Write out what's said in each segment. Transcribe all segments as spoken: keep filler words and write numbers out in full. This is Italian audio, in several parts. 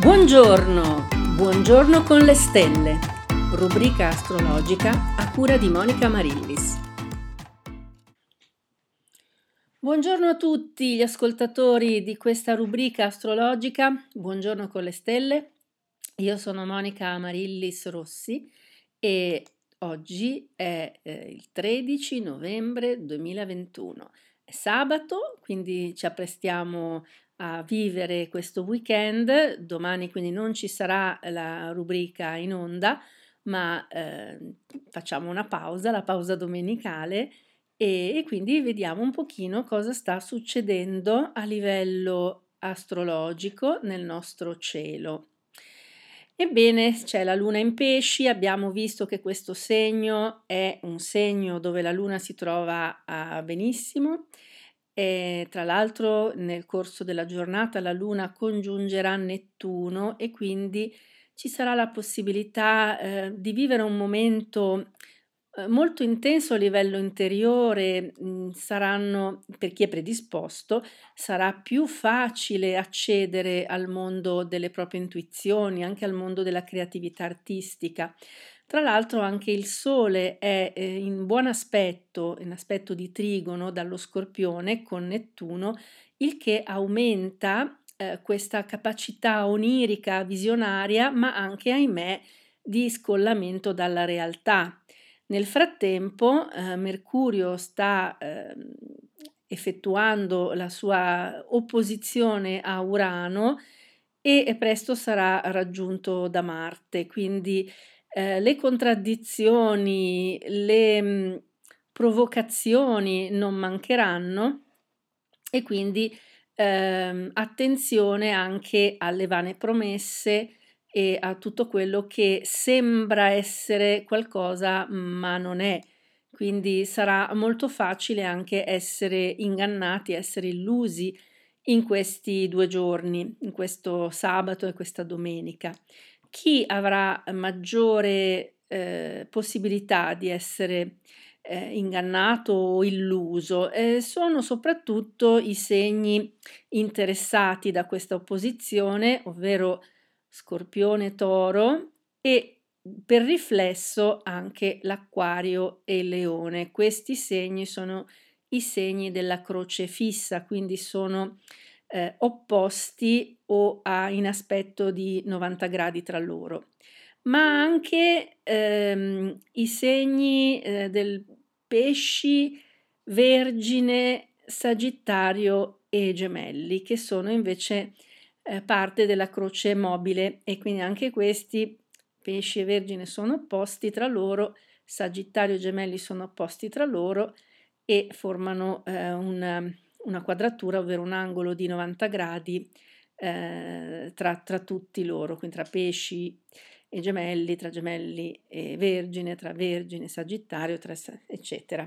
Buongiorno, buongiorno con le stelle, rubrica astrologica a cura di Monica Marillis. Buongiorno a tutti gli ascoltatori di questa rubrica astrologica, buongiorno con le stelle. Io sono Monica Marillis Rossi e oggi è eh, il tredici novembre duemilaventuno. È sabato, quindi ci apprestiamo a vivere questo weekend. Domani quindi non ci sarà la rubrica in onda, ma eh, facciamo una pausa, la pausa domenicale, e, e quindi vediamo un pochino cosa sta succedendo a livello astrologico nel nostro cielo. Ebbene, c'è la luna in pesci, abbiamo visto che questo segno è un segno dove la luna si trova a benissimo. E tra l'altro nel corso della giornata la luna congiungerà Nettuno e quindi ci sarà la possibilità eh, di vivere un momento eh, molto intenso a livello interiore. Mh, saranno, per chi è predisposto, sarà più facile accedere al mondo delle proprie intuizioni, anche al mondo della creatività artistica. Tra l'altro anche il Sole è eh, in buon aspetto, in aspetto di trigono dallo Scorpione con Nettuno, il che aumenta eh, questa capacità onirica, visionaria, ma anche, ahimè, di scollamento dalla realtà. Nel frattempo, eh, Mercurio sta eh, effettuando la sua opposizione a Urano e presto sarà raggiunto da Marte, quindi eh, le contraddizioni, le mh, provocazioni non mancheranno e quindi ehm, attenzione anche alle vane promesse e a tutto quello che sembra essere qualcosa ma non è. Quindi sarà molto facile anche essere ingannati, essere illusi in questi due giorni, in questo sabato e questa domenica. Chi avrà maggiore eh, possibilità di essere eh, ingannato o illuso eh, sono soprattutto i segni interessati da questa opposizione, ovvero Scorpione, Toro e per riflesso anche l'Acquario e il Leone. Questi segni sono i segni della croce fissa, quindi sono eh, opposti o a, in aspetto di novanta gradi tra loro. Ma anche ehm, i segni eh, del pesci, Vergine, Sagittario e Gemelli, che sono invece eh, parte della croce mobile, e quindi anche questi, pesci e Vergine, sono opposti tra loro, Sagittario e Gemelli sono opposti tra loro e formano eh, una, una quadratura, ovvero un angolo di novanta gradi eh, tra, tra tutti loro, quindi tra pesci e gemelli, tra gemelli e vergine, tra vergine e sagittario, tra, eccetera.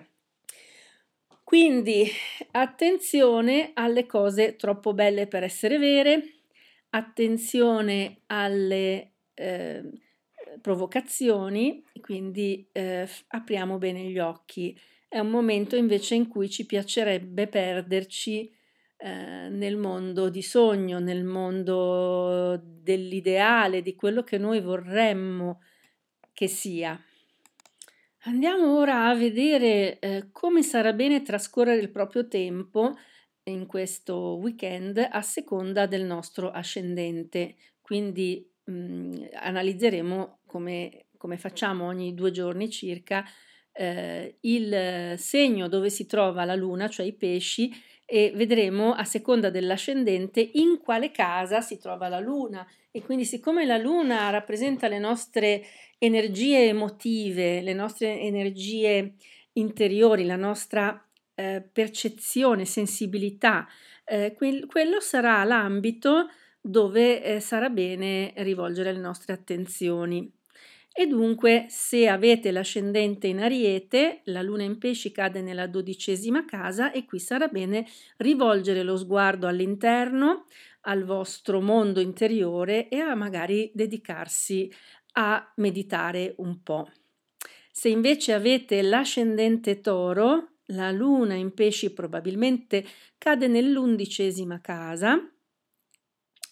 Quindi attenzione alle cose troppo belle per essere vere, attenzione alle eh, provocazioni, quindi eh, apriamo bene gli occhi. È un momento invece in cui ci piacerebbe perderci eh, nel mondo di sogno, nel mondo dell'ideale, di quello che noi vorremmo che sia. Andiamo ora a vedere eh, come sarà bene trascorrere il proprio tempo in questo weekend a seconda del nostro ascendente. Quindi mh, analizzeremo come, come facciamo ogni due giorni circa eh, il segno dove si trova la luna, cioè i pesci, e vedremo a seconda dell'ascendente in quale casa si trova la luna. E quindi, siccome la luna rappresenta le nostre energie emotive, le nostre energie interiori, la nostra eh, percezione, sensibilità, eh, quel, quello sarà l'ambito dove eh, sarà bene rivolgere le nostre attenzioni. E dunque, se avete l'ascendente in Ariete, la luna in pesci cade nella dodicesima casa e qui sarà bene rivolgere lo sguardo all'interno, al vostro mondo interiore e a magari dedicarsi a meditare un po'. Se invece avete l'ascendente Toro, la luna in pesci probabilmente cade nell'undicesima casa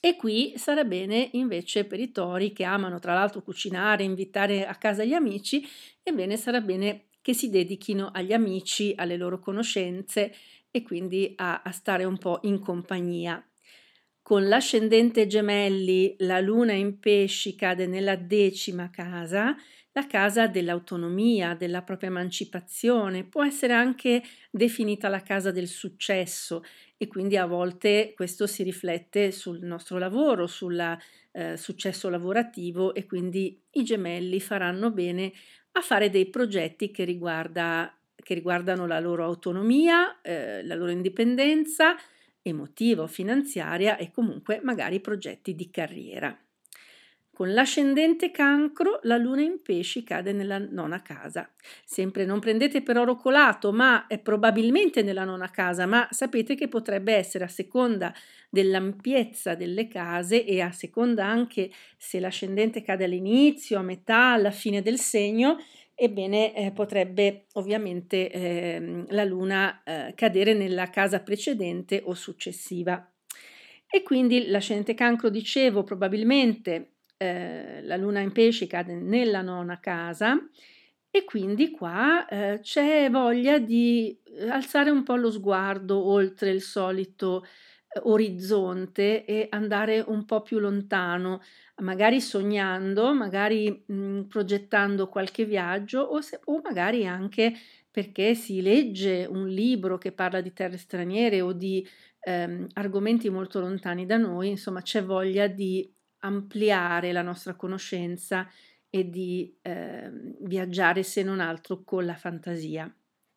E qui sarà bene invece per i tori che amano tra l'altro cucinare, invitare a casa gli amici, ebbene sarà bene che si dedichino agli amici, alle loro conoscenze e quindi a, a stare un po' in compagnia. Con l'ascendente Gemelli, la luna in pesci cade nella decima casa, la casa dell'autonomia, della propria emancipazione, può essere anche definita la casa del successo e quindi a volte questo si riflette sul nostro lavoro, sul eh, successo lavorativo e quindi i gemelli faranno bene a fare dei progetti che, riguarda, che riguardano la loro autonomia, eh, la loro indipendenza emotiva o finanziaria e comunque magari progetti di carriera. Con l'ascendente Cancro, la luna in pesci cade nella nona casa. Sempre non prendete per oro colato, ma è probabilmente nella nona casa, ma sapete che potrebbe essere a seconda dell'ampiezza delle case e a seconda anche se l'ascendente cade all'inizio, a metà, alla fine del segno, ebbene eh, potrebbe ovviamente eh, la luna eh, cadere nella casa precedente o successiva. E quindi l'ascendente Cancro, dicevo, probabilmente eh, la luna in pesci cade nella nona casa e quindi qua eh, c'è voglia di alzare un po' lo sguardo oltre il solito eh, orizzonte e andare un po' più lontano, magari sognando, magari mh, progettando qualche viaggio o, se, o magari anche perché si legge un libro che parla di terre straniere o di ehm, argomenti molto lontani da noi, insomma c'è voglia di ampliare la nostra conoscenza e di eh, viaggiare se non altro con la fantasia.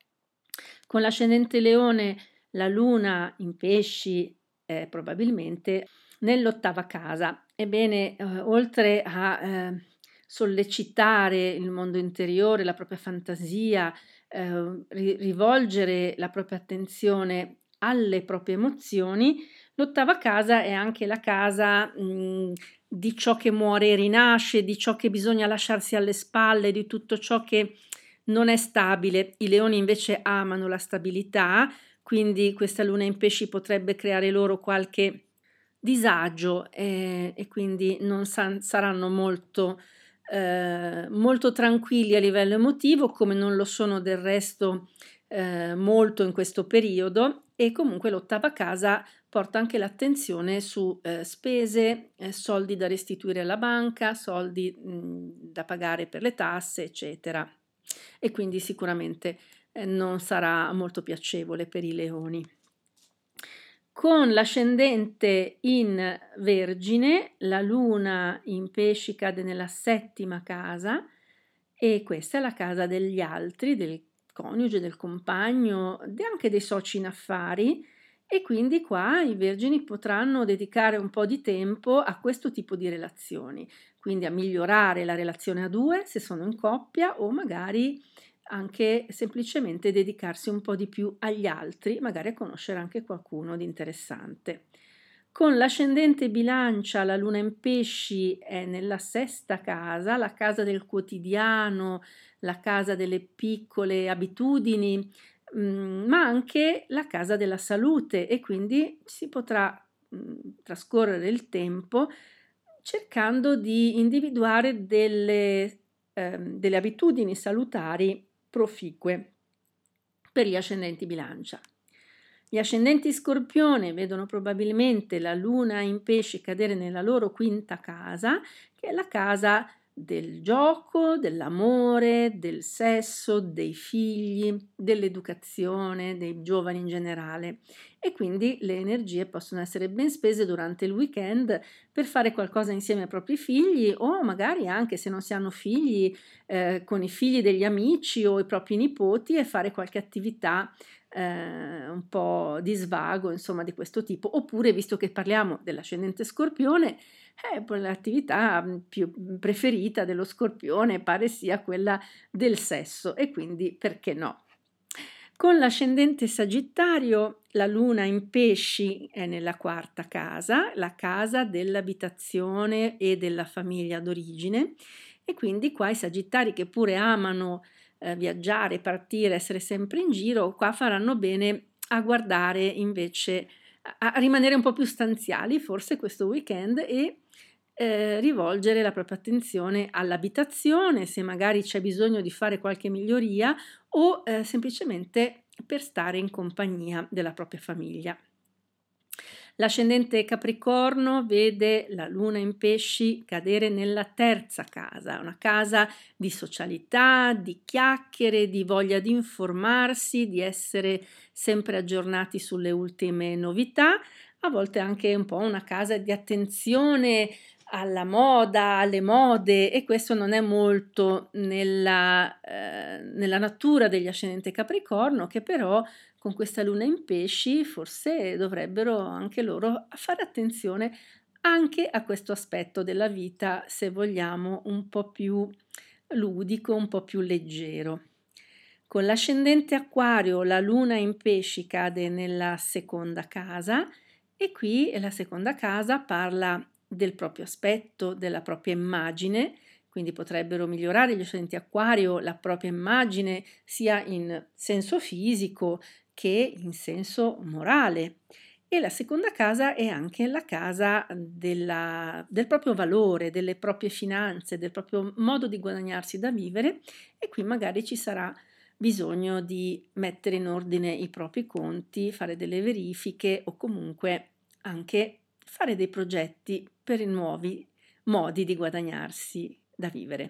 Con l'ascendente Leone la luna in pesci è probabilmente nell'ottava casa. Ebbene, eh, oltre a eh, sollecitare il mondo interiore, la propria fantasia, eh, ri- rivolgere la propria attenzione alle proprie emozioni, l'ottava casa è anche la casa mh, di ciò che muore e rinasce, di ciò che bisogna lasciarsi alle spalle, di tutto ciò che non è stabile. I leoni invece amano la stabilità, quindi questa luna in pesci potrebbe creare loro qualche disagio eh, e quindi non sa- saranno molto, eh, molto tranquilli a livello emotivo, come non lo sono del resto eh, molto in questo periodo. E comunque l'ottava casa porta anche l'attenzione su eh, spese, eh, soldi da restituire alla banca, soldi mh, da pagare per le tasse, eccetera. E quindi sicuramente eh, non sarà molto piacevole per i leoni. Con l'ascendente in Vergine, la luna in pesci cade nella settima casa e questa è la casa degli altri, del coniuge, del compagno, anche dei soci in affari e quindi qua i vergini potranno dedicare un po' di tempo a questo tipo di relazioni, quindi a migliorare la relazione a due se sono in coppia o magari anche semplicemente dedicarsi un po' di più agli altri, magari a conoscere anche qualcuno di interessante. Con l'ascendente Bilancia, la luna in pesci è nella sesta casa, la casa del quotidiano, la casa delle piccole abitudini, mh, ma anche la casa della salute e quindi si potrà mh, trascorrere il tempo cercando di individuare delle, ehm, delle abitudini salutari proficue per gli ascendenti Bilancia. Gli ascendenti Scorpione vedono probabilmente la luna in pesci cadere nella loro quinta casa, che è la casa del gioco, dell'amore, del sesso, dei figli, dell'educazione, dei giovani in generale. E quindi le energie possono essere ben spese durante il weekend per fare qualcosa insieme ai propri figli o magari anche se non si hanno figli eh, con i figli degli amici o i propri nipoti e fare qualche attività eh, un po' di svago, insomma, di questo tipo. Oppure, visto che parliamo dell'ascendente Scorpione, eh, poi l'attività più preferita dello Scorpione pare sia quella del sesso e quindi perché no? Con l'ascendente Sagittario, la luna in pesci è nella quarta casa, la casa dell'abitazione e della famiglia d'origine e quindi qua i Sagittari che pure amano eh, viaggiare, partire, essere sempre in giro, qua faranno bene a guardare invece a, a rimanere un po' più stanziali forse questo weekend e eh, rivolgere la propria attenzione all'abitazione, se magari c'è bisogno di fare qualche miglioria o eh, semplicemente per stare in compagnia della propria famiglia. L'ascendente Capricorno vede la luna in pesci cadere nella terza casa, una casa di socialità, di chiacchiere, di voglia di informarsi, di essere sempre aggiornati sulle ultime novità, a volte anche un po' una casa di attenzione alla moda, alle mode, e questo non è molto nella, eh, nella natura degli ascendenti Capricorno, che però con questa luna in pesci forse dovrebbero anche loro fare attenzione anche a questo aspetto della vita, se vogliamo, un po' più ludico, un po' più leggero. Con l'ascendente Acquario la luna in pesci cade nella seconda casa e qui la seconda casa parla del proprio aspetto, della propria immagine, quindi potrebbero migliorare gli ascendenti Acquario la propria immagine sia in senso fisico che in senso morale. E la seconda casa è anche la casa della, del proprio valore, delle proprie finanze, del proprio modo di guadagnarsi da vivere, e qui magari ci sarà bisogno di mettere in ordine i propri conti, fare delle verifiche o comunque anche fare dei progetti per i nuovi modi di guadagnarsi da vivere.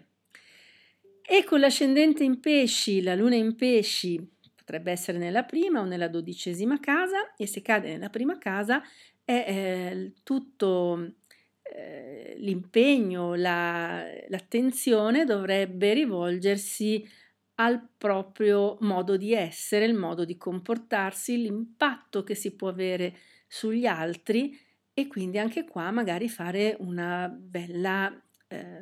E con l'ascendente in pesci, la luna in pesci potrebbe essere nella prima o nella dodicesima casa, e se cade nella prima casa è eh, tutto eh, l'impegno, la, l'attenzione dovrebbe rivolgersi al proprio modo di essere, il modo di comportarsi, l'impatto che si può avere sugli altri, e quindi anche qua magari fare una bella eh,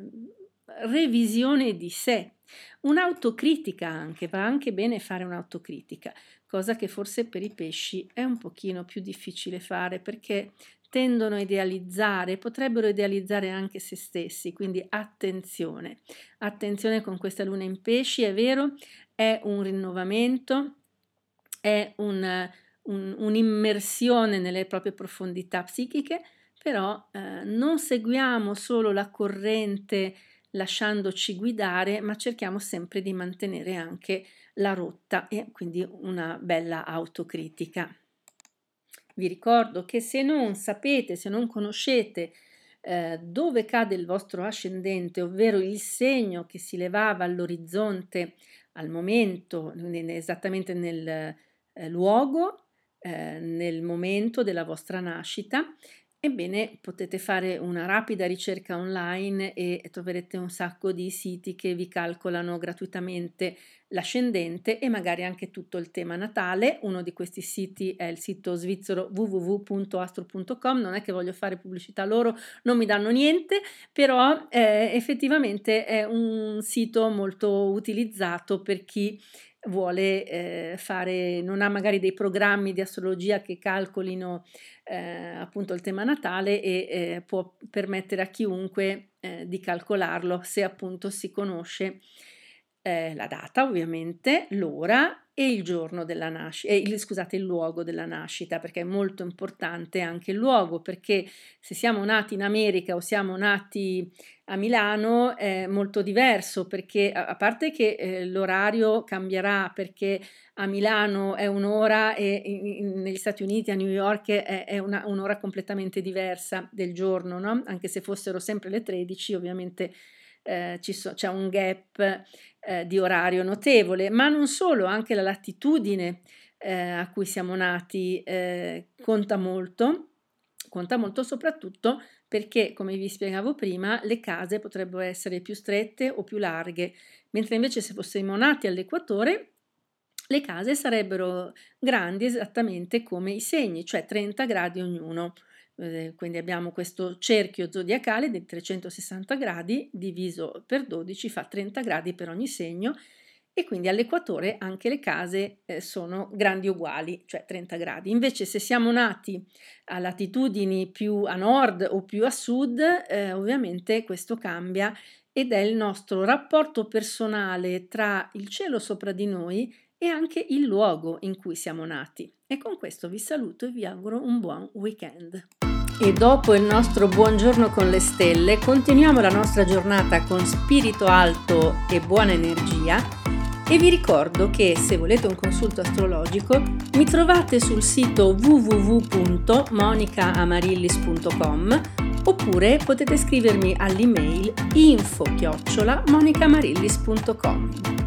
revisione di sé, un'autocritica anche, va anche bene fare un'autocritica, cosa che forse per i pesci è un pochino più difficile fare perché tendono a idealizzare, potrebbero idealizzare anche se stessi, quindi attenzione, attenzione con questa luna in pesci, è vero, è un rinnovamento, è un, un, un'immersione nelle proprie profondità psichiche, però eh, non seguiamo solo la corrente lasciandoci guidare, ma cerchiamo sempre di mantenere anche la rotta e quindi una bella autocritica. Vi ricordo che se non sapete, se non conoscete eh, dove cade il vostro ascendente, ovvero il segno che si levava all'orizzonte al momento, esattamente nel eh, luogo, eh, nel momento della vostra nascita, ebbene potete fare una rapida ricerca online e troverete un sacco di siti che vi calcolano gratuitamente l'ascendente e magari anche tutto il tema natale. Uno di questi siti è il sito svizzero w w w punto astro punto com, non è che voglio fare pubblicità loro, non mi danno niente, però eh, effettivamente è un sito molto utilizzato per chi vuole eh, fare, non ha magari dei programmi di astrologia che calcolino eh, appunto il tema natale e eh, può permettere a chiunque eh, di calcolarlo se appunto si conosce eh, la data, ovviamente, l'ora e il giorno della nascita, eh, il, scusate, il luogo della nascita, perché è molto importante anche il luogo, perché se siamo nati in America o siamo nati a Milano è molto diverso, perché a, a parte che eh, l'orario cambierà, perché a Milano è un'ora e in, in, negli Stati Uniti, a New York, è, è una, un'ora completamente diversa del giorno, no? Anche se fossero sempre le tredici, ovviamente eh, ci so, c'è un gap eh, di orario notevole, ma non solo, anche la latitudine eh, a cui siamo nati eh, conta molto, conta molto soprattutto perché, come vi spiegavo prima, le case potrebbero essere più strette o più larghe, mentre invece se fossimo nati all'equatore le case sarebbero grandi esattamente come i segni, cioè trenta gradi ognuno. Eh, quindi abbiamo questo cerchio zodiacale di trecentosessanta gradi diviso per dodici fa trenta gradi per ogni segno, e quindi all'equatore anche le case eh, sono grandi uguali, cioè trenta gradi. Invece se siamo nati a latitudini più a nord o più a sud, eh, ovviamente questo cambia, ed è il nostro rapporto personale tra il cielo sopra di noi e anche il luogo in cui siamo nati. E con questo vi saluto e vi auguro un buon weekend. E dopo il nostro buongiorno con le stelle, continuiamo la nostra giornata con spirito alto e buona energia e vi ricordo che se volete un consulto astrologico mi trovate sul sito w w w punto monica amarillis punto com oppure potete scrivermi all'email info chiocciola monica amarillis punto com.